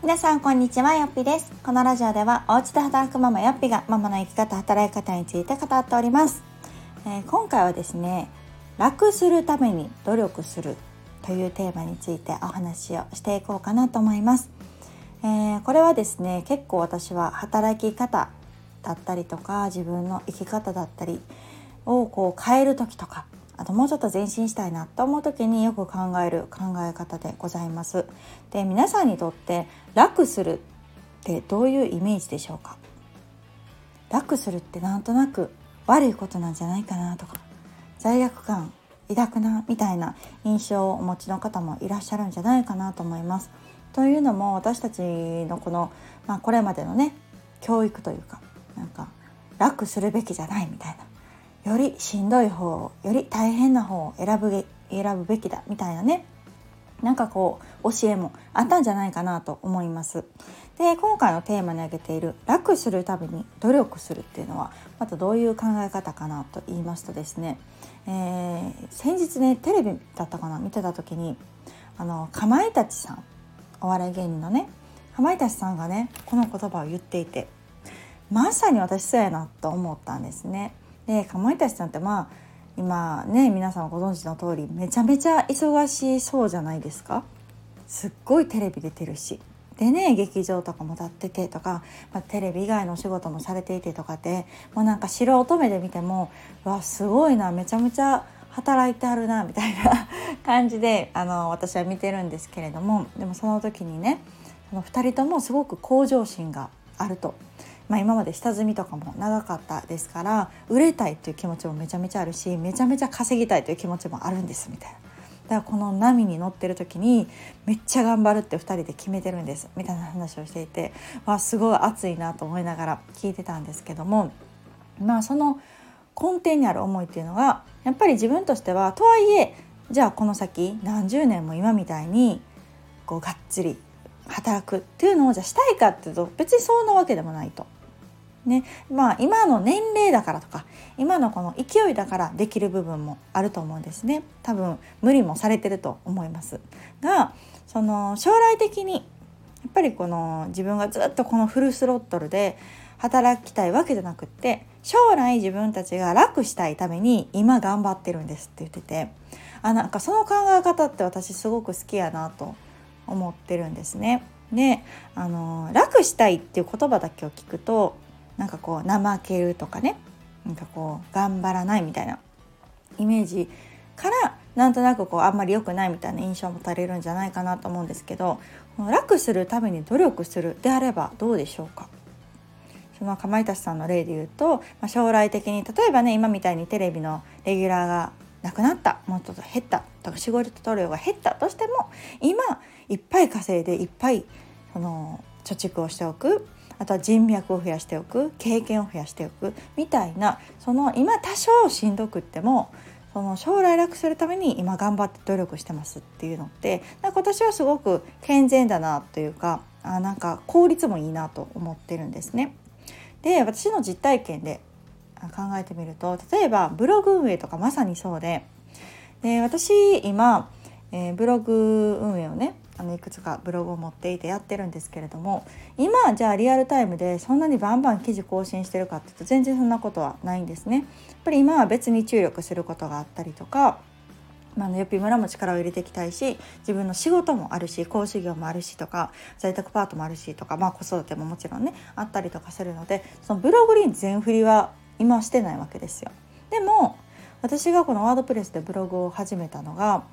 皆さんこんにちは、よっぴです。このラジオではお家で働くママよっぴがママの生き方、働き方について語っております。今回はですね、楽するために努力するというテーマについてお話をしていこうかなと思います。これはですね、結構私は働き方だったりとか自分の生き方だったりを変える時とか、あともうちょっと前進したいなと思う時によく考える考え方でございます。で、皆さんにとって楽するってどういうイメージでしょうか？楽するってなんとなく悪いことなんじゃないかなとか、罪悪感抱くなみたいな印象をお持ちの方もいらっしゃるんじゃないかなと思います。というのも、私たちのこれまでのね、教育というか、楽するべきじゃないみたいな、よりしんどい方、より大変な方を選ぶべきだみたいなね、教えもあったんじゃないかなと思います。で、今回のテーマに挙げている楽するために努力するっていうのはまたどういう考え方かなと言いますとですね、先日ね、テレビだったかな、見てた時にかまいたちさん、お笑い芸人のね、かまいたちさんがね、この言葉を言っていて、まさに私そうやなと思ったんですね。で、かまいたちさんって今ね、皆さんご存知の通りめちゃめちゃ忙しそうじゃないですか。すっごいテレビ出てるし、でね、劇場とかも立っててとか、テレビ以外のお仕事もされていてとかで、もう素人目で見ても、わ、すごいな、めちゃめちゃ働いてあるなみたいな感じで私は見てるんですけれども、でもその時にね、2人ともすごく向上心があると。今まで下積みとかも長かったですから、売れたいという気持ちもめちゃめちゃあるし、めちゃめちゃ稼ぎたいという気持ちもあるんですみたいな。だからこの波に乗ってる時にめっちゃ頑張るって2人で決めてるんですみたいな話をしていて、すごい熱いなと思いながら聞いてたんですけども、その根底にある思いっていうのが、やっぱり自分としては、とはいえじゃあこの先何十年も今みたいにがっつり働くっていうのをじゃあしたいかっていうと、別にそんなわけでもないとね。今の年齢だからとか、今のこの勢いだからできる部分もあると思うんですね。多分無理もされてると思いますが、その将来的にやっぱりこの自分がずっとこのフルスロットルで働きたいわけじゃなくって、将来自分たちが楽したいために今頑張ってるんですって言ってて、その考え方って私すごく好きやなと思ってるんですね。で、楽したいっていう言葉だけを聞くと、怠けるとかね、頑張らないみたいなイメージから、なんとなくあんまり良くないみたいな印象を持たれるんじゃないかなと思うんですけど、楽するために努力するであればどうでしょうか。そのかまいたちさんの例で言うと、将来的に例えばね、今みたいにテレビのレギュラーがなくなった、もうちょっと減ったとか、仕事量が減ったとしても、今いっぱい稼いでいっぱい貯蓄をしておく、あとは人脈を増やしておく、経験を増やしておくみたいな、今多少しんどくっても将来楽するために今頑張って努力してますっていうのって、私はすごく健全だなというか、効率もいいなと思ってるんですね。で、私の実体験で考えてみると、例えばブログ運営とかまさにそうで、私今、ブログ運営をね、いくつかブログを持っていてやってるんですけれども、今じゃあリアルタイムでそんなにバンバン記事更新してるかっていうと、全然そんなことはないんですね。やっぱり今は別に注力することがあったりとか、よっぴ村も力を入れていきたいし、自分の仕事もあるし、講師業もあるしとか、在宅パートもあるしとか、子育てももちろんねあったりとかするので、そのブログに全振りは今はしてないわけですよ。でも私がこのワードプレスでブログを始めたのが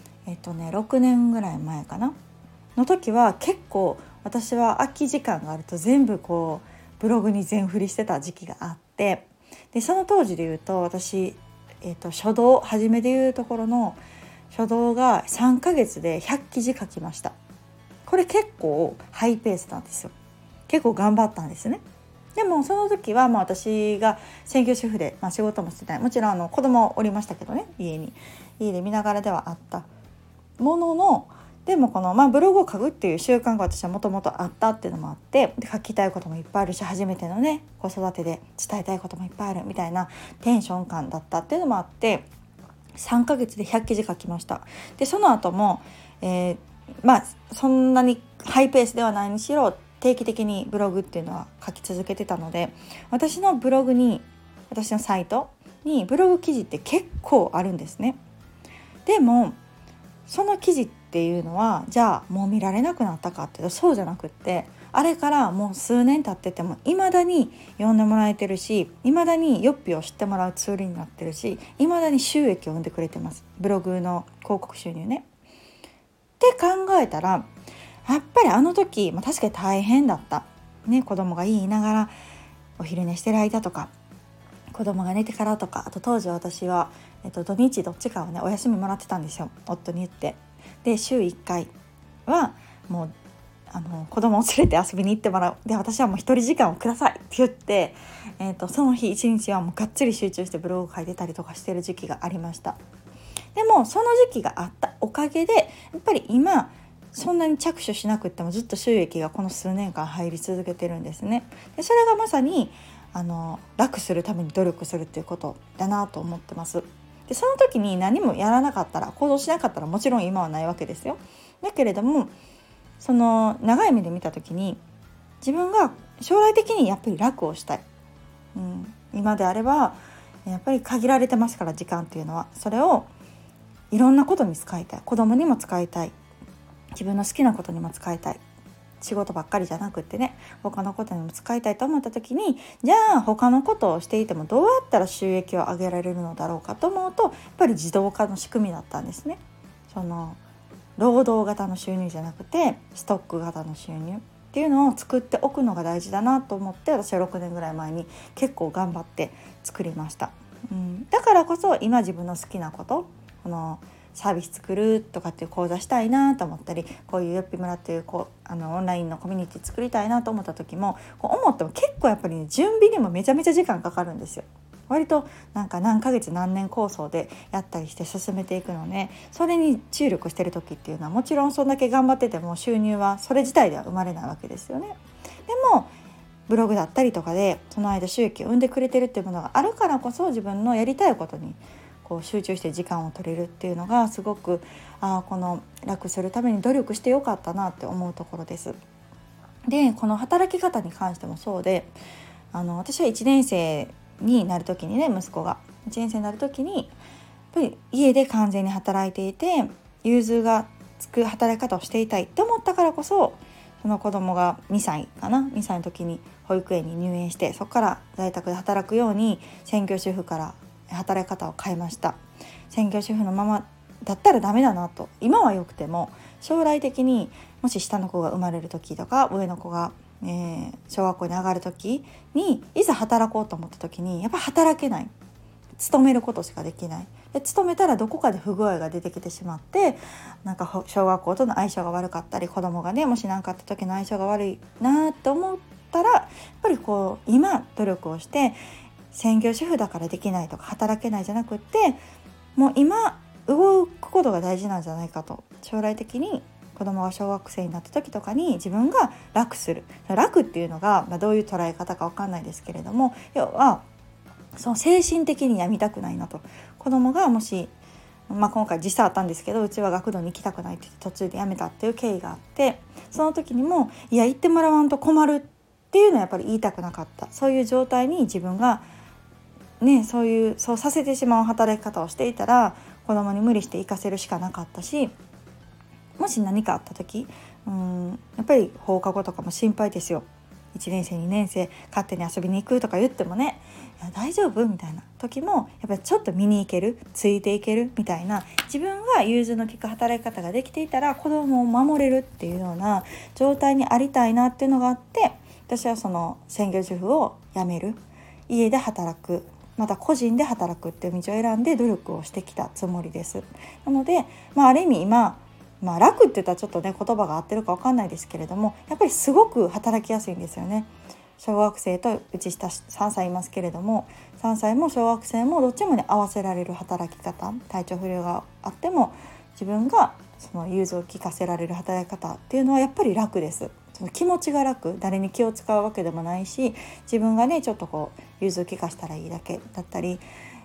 6年ぐらい前かなの時は、結構私は空き時間があると全部ブログに全振りしてた時期があって、でその当時で言うと私初動、初めで言うところの初動が3ヶ月で100記事書きました。これ結構ハイペースなんですよ。結構頑張ったんですね。でもその時は私が専業主婦で、仕事もしてない、もちろん子供おりましたけどね、家で見ながらではあったものの、でもブログを書くっていう習慣が私はもともとあったっていうのもあって、で書きたいこともいっぱいあるし、初めてのね子育てで伝えたいこともいっぱいあるみたいなテンション感だったっていうのもあって、3ヶ月で100記事書きました。でその後も、 そんなにハイペースではないにしろ定期的にブログっていうのは書き続けてたので、私のサイトにブログ記事って結構あるんですね。でもその記事っていうのはじゃあもう見られなくなったかっていうとそうじゃなくって、あれからもう数年経ってても未だに読んでもらえてるし、未だによっぴを知ってもらうツールになってるし、未だに収益を生んでくれてます。ブログの広告収入ねって考えたら、やっぱりあの時、確かに大変だったね。子供が言いながらお昼寝してる間とか、子供が寝てからとか、あと当時私は、土日どっちかをねお休みもらってたんですよ、夫に言って。で週1回はもう子供を連れて遊びに行ってもらう、で私はもう一人時間をくださいって言って、その日一日はもうがっつり集中してブログ書いてたりとかしてる時期がありました。でもその時期があったおかげで、やっぱり今そんなに着手しなくってもずっと収益がこの数年間入り続けてるんですね。でそれがまさに楽するために努力するっていうことだなと思ってます。でその時に何もやらなかったら、行動しなかったらもちろん今はないわけですよ。だけれどもその長い目で見た時に自分が将来的にやっぱり楽をしたい、今であればやっぱり限られてますから、時間っていうのは。それをいろんなことに使いたい、子供にも使いたい、自分の好きなことにも使いたい、仕事ばっかりじゃなくってね、他のことにも使いたいと思った時に、じゃあ他のことをしていてもどうやったら収益を上げられるのだろうかと思うと、やっぱり自動化の仕組みだったんですね。その労働型の収入じゃなくてストック型の収入っていうのを作っておくのが大事だなと思って、私は6年ぐらい前に結構頑張って作りました。だからこそ今自分の好きなこと、このサービス作るとかっていう講座したいなと思ったり、こういうよっぴ村っていうオンラインのコミュニティ作りたいなと思った時も、思っても結構やっぱり、準備にもめちゃめちゃ時間かかるんですよ。割となんか何ヶ月何年構想でやったりして進めていくので、それに注力してる時っていうのはもちろんそんだけ頑張ってても収入はそれ自体では生まれないわけですよね。でもブログだったりとかでその間収益を生んでくれてるっていうものがあるからこそ、自分のやりたいことに集中して時間を取れるっていうのがすごくこの楽するために努力してよかったなって思うところです。でこの働き方に関してもそうで、私は1年生になる時にね、息子が1年生になる時にやっぱり家で完全に働いていて融通がつく働き方をしていたいと思ったからこそ、その子供が2歳の時に保育園に入園して、そこから在宅で働くように専業主婦から働き方を変えました。専業主婦のままだったらダメだなと、今はよくても将来的にもし下の子が生まれる時とか上の子が小学校に上がる時にいざ働こうと思った時にやっぱ働けない、勤めることしかできない。で勤めたらどこかで不具合が出てきてしまって、なんか小学校との相性が悪かったり、子供がねもし何かあった時の相性が悪いなって思ったら、やっぱり今努力をして専業主婦だからできないとか働けないじゃなくって、もう今動くことが大事なんじゃないかと。将来的に子供が小学生になった時とかに自分が楽する、楽っていうのが、どういう捉え方か分かんないですけれども、要はその精神的に病みたくないなと。子供がもし、今回実際あったんですけど、うちは学童に行きたくないって言って途中で辞めたっていう経緯があって、その時にも行ってもらわんと困るっていうのはやっぱり言いたくなかった。そういう状態に自分がね、そうさせてしまう働き方をしていたら子供に無理して行かせるしかなかったし、もし何かあった時やっぱり放課後とかも心配ですよ。1年生2年生勝手に遊びに行くとか言ってもね、いや大丈夫みたいな時もやっぱりちょっと見に行ける、ついていけるみたいな、自分が融通の利く働き方ができていたら子供を守れるっていうような状態にありたいなっていうのがあって、私はその専業主婦を辞める、家で働く、また個人で働くっていう道を選んで努力をしてきたつもりです。なので、ある意味今、楽って言ったらちょっとね言葉が合ってるか分かんないですけれども、やっぱりすごく働きやすいんですよね。小学生とうち下3歳いますけれども、3歳も小学生もどっちもに合わせられる働き方、体調不良があっても自分がその融通を利かせられる働き方っていうのはやっぱり楽です。その気持ちが楽、誰に気を使うわけでもないし、自分がねちょっと融通を利かしたらいいだけだったり、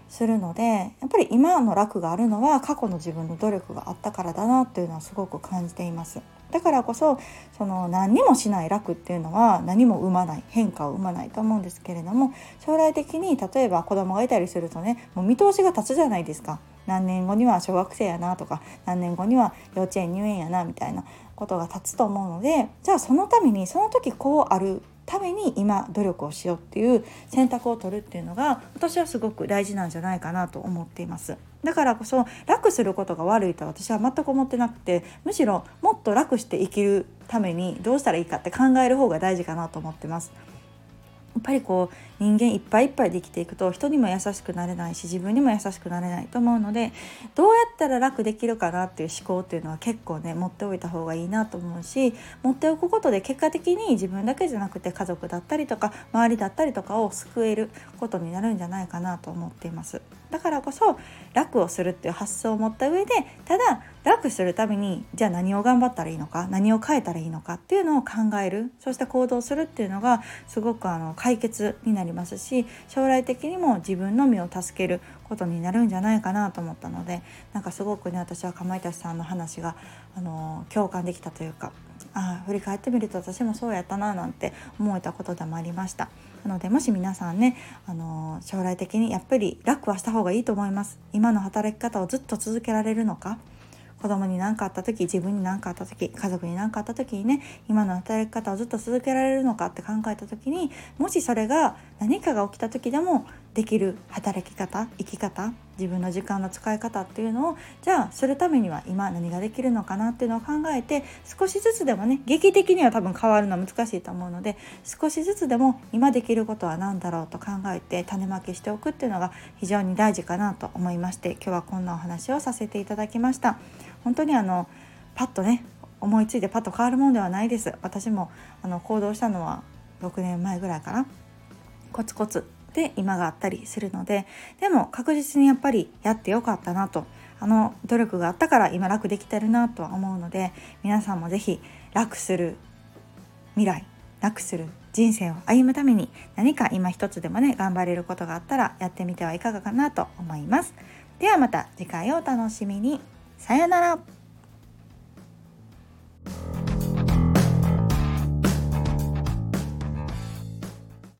するので、やっぱり今の楽があるのは過去の自分の努力があったからだなっていうのはすごく感じています。だからこそ、その何にもしない楽っていうのは何も生まない、変化を生まないと思うんですけれども、将来的に例えば子供がいたりするとね、もう見通しが立つじゃないですか。何年後には小学生やなとか、何年後には幼稚園入園やなみたいなことが立つと思うので、じゃあそのためにその時こうあるために今努力をしようっていう選択を取るっていうのが、私はすごく大事なんじゃないかなと思っています。だからこそ楽することが悪いと私は全く思ってなくて、むしろもっと楽して生きるためにどうしたらいいかって考える方が大事かなと思ってます。やっぱりこう人間いっぱいいっぱいで生きていくと、人にも優しくなれないし自分にも優しくなれないと思うので、どうやったら楽できるかなっていう思考っていうのは結構ね持っておいた方がいいなと思うし、持っておくことで結果的に自分だけじゃなくて家族だったりとか周りだったりとかを救えることになるんじゃないかなと思っています。だからこそ楽をするっていう発想を持った上で、ただ楽するためにじゃあ何を頑張ったらいいのか、何を変えたらいいのかっていうのを考える、そうした行動するっていうのがすごく解決になりますし、将来的にも自分の身を助けることになるんじゃないかなと思ったので、なんかすごくね私はかまいたちさんの話が共感できたというか、振り返ってみると私もそうやったななんて思えたことでもありました。なのでもし皆さんね、将来的にやっぱり楽はした方がいいと思います。今の働き方をずっと続けられるのか、子供に何かあった時、自分に何かあった時、家族に何かあった時にね、今の働き方をずっと続けられるのかって考えた時に、もしそれが何かが起きた時でもできる働き方、生き方、自分の時間の使い方っていうのを、じゃあするためには今何ができるのかなっていうのを考えて、少しずつでもね、劇的には多分変わるのは難しいと思うので、少しずつでも今できることは何だろうと考えて種まきしておくっていうのが非常に大事かなと思いまして、今日はこんなお話をさせていただきました。本当にパッとね思いついてパッと変わるものではないです。私も行動したのは6年前ぐらいかな。コツコツで今があったりするので、でも確実にやっぱりやってよかったなと、努力があったから今楽できてるなとは思うので、皆さんもぜひ楽する未来、楽する人生を歩むために何か今一つでもね頑張れることがあったらやってみてはいかがかなと思います。ではまた次回をお楽しみに。さよなら。